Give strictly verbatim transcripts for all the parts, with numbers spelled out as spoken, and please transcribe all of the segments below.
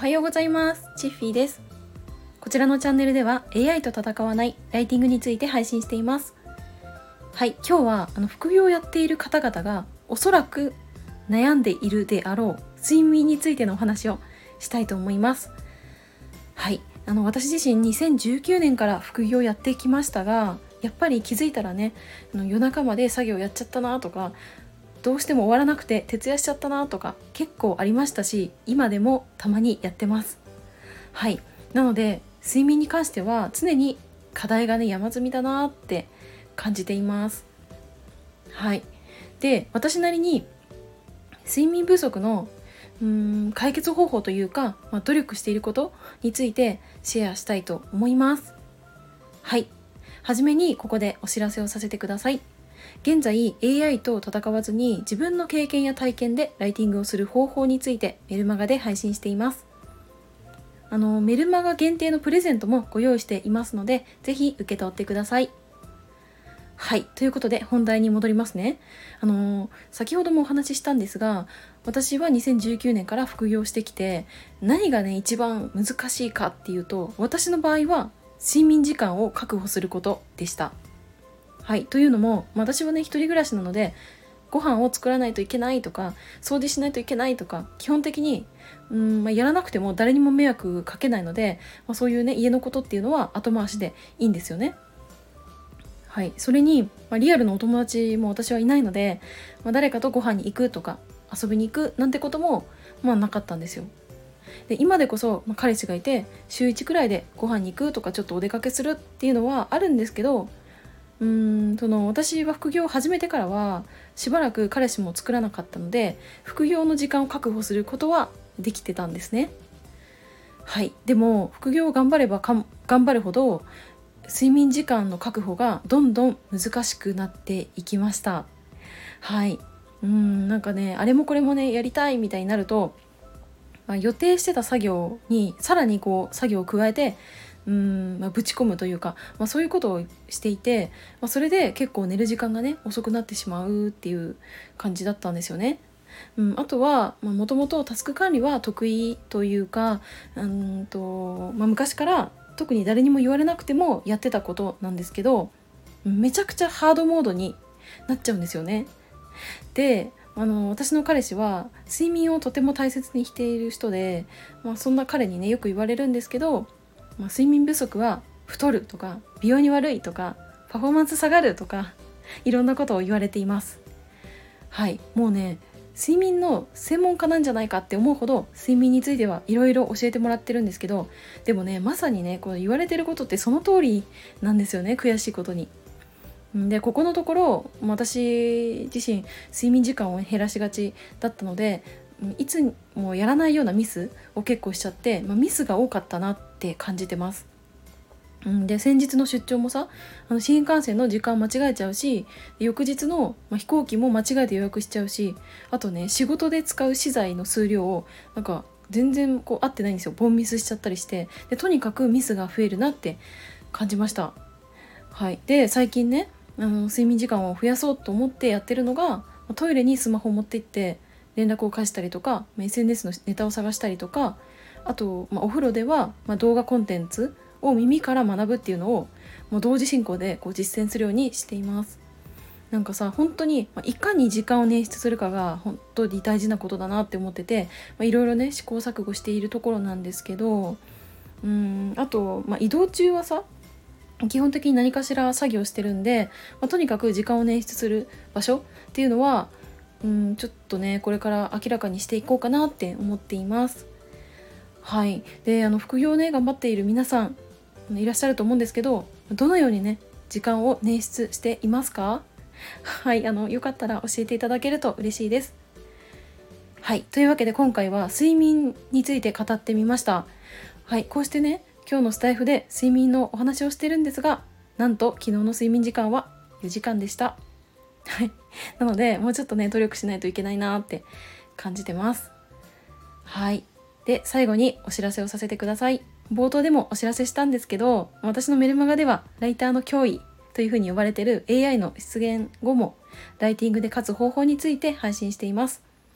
ようございます。チッフィーです。こちらのチャンネルでは エーアイ と戦わないライティングについて配信しています。はい、今日はあの副業をやっている方々がおそらく悩んでいるであろう睡眠についてのお話をしたいと思います。はい、あの私自身にせんじゅうきゅうねんから副業をやってきましたが、やっぱり気づいたらね、あの夜中まで作業やっちゃったなとか、どうしても終わらなくて徹夜しちゃったなとか結構ありましたし、今でもたまにやってます。はい、なので睡眠に関しては常に課題がね山積みだなって感じています。はい、で私なりに睡眠不足のうーん解決方法というか、まあ、努力していることについてシェアしたいと思います。はい、はじめにここでお知らせをさせてください。現在 エーアイ と戦わずに自分の経験や体験でライティングをする方法についてメルマガで配信しています。あのメルマガ限定のプレゼントもご用意していますので、ぜひ受け取ってください。はい、ということで本題に戻りますね。あの先ほどもお話ししたんですが、私はにせんじゅうきゅうねんから副業してきて、何がね一番難しいかっていうと、私の場合は睡眠時間を確保することでした。はい、というのも、私はね一人暮らしなので、ご飯を作らないといけないとか掃除しないといけないとか、基本的にうん、まあ、やらなくても誰にも迷惑かけないので、まあ、そういうね家のことっていうのは後回しでいいんですよね。はい、それに、まあ、リアルのお友達も私はいないので、まあ、誰かとご飯に行くとか遊びに行くなんてこともまあなかったんですよ。で今でこそ、まあ、彼氏がいて週いちくらいでご飯に行くとかちょっとお出かけするっていうのはあるんですけど、うーんその私は副業を始めてからはしばらく彼氏も作らなかったので、副業の時間を確保することはできてたんですね。はい、でも副業を頑張ればかん頑張るほど睡眠時間の確保がどんどん難しくなっていきました。はい、うーんなんかねあれもこれもねやりたいみたいになると、まあ、予定してた作業にさらにこう作業を加えてうーん、まあ、ぶち込むというか、まあ、そういうことをしていて、まあ、それで結構寝る時間がね遅くなってしまうっていう感じだったんですよね。うん、あとはもともとタスク管理は得意というか、うんと、まあ、昔から特に誰にも言われなくてもやってたことなんですけど、めちゃくちゃハードモードになっちゃうんですよね。であの私の彼氏は睡眠をとても大切にしている人で、まあ、そんな彼にねよく言われるんですけど、まあ、睡眠不足は太るとか美容に悪いとかパフォーマンス下がるとかいろんなことを言われています。はい、もうね睡眠の専門家なんじゃないかって思うほど睡眠についてはいろいろ教えてもらってるんですけど、でもねまさにねこの言われてることってその通りなんですよね、悔しいことに。でここのところ私自身睡眠時間を減らしがちだったので、いつもやらないようなミスを結構しちゃって、まあ、ミスが多かったなって感じてます。で先日の出張もさ、あの新幹線の時間間違えちゃうし、翌日の、まあ、飛行機も間違えて予約しちゃうし、あとね仕事で使う資材の数量をなんか全然こう合ってないんですよ。ボンミスしちゃったりして、でとにかくミスが増えるなって感じました。はい、で最近ねあの睡眠時間を増やそうと思ってやってるのが、トイレにスマホを持って行って連絡を返したりとか、 エスエヌエス のネタを探したりとか、あと、まあ、お風呂では、まあ、動画コンテンツを耳から学ぶっていうのをもう同時進行でこう実践するようにしています。なんかさ本当に、まあ、いかに時間を捻出するかが本当に大事なことだなって思ってて、まあ、いろいろね試行錯誤しているところなんですけど、うーんあと、まあ、移動中はさ基本的に何かしら作業してるんで、まあ、とにかく時間を捻出する場所っていうのはうんちょっとねこれから明らかにしていこうかなって思っています。はい、であの副業ね頑張っている皆さんいらっしゃると思うんですけど、どのようにね時間を捻出していますか？はい、あのよかったら教えていただけると嬉しいです。はい、というわけで今回は睡眠について語ってみました。はい、こうしてね今日のスタイフで睡眠のお話をしてるんですが、なんと昨日の睡眠時間はよじかんでした。はい、なのでもうちょっとね努力しないといけないなって感じてます。はい、で最後にお知らせをさせてください。冒頭でもお知らせしたんですけど、私のメルマガではライターの脅威というふうに呼ばれている エーアイ の出現後もライティングで勝つ方法について配信しています。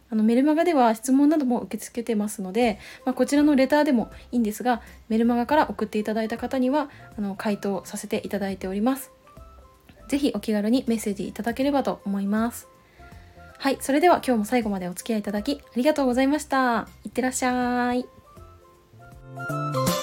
あのメルマガでは質問なども受け付けてますので、まあ、こちらのレターでもいいんですが、メルマガから送っていただいた方にはあの回答させていただいております。ぜひお気軽にメッセージいただければと思います。はい、それでは今日も最後までお付き合いいただきありがとうございました。いってらっしゃい。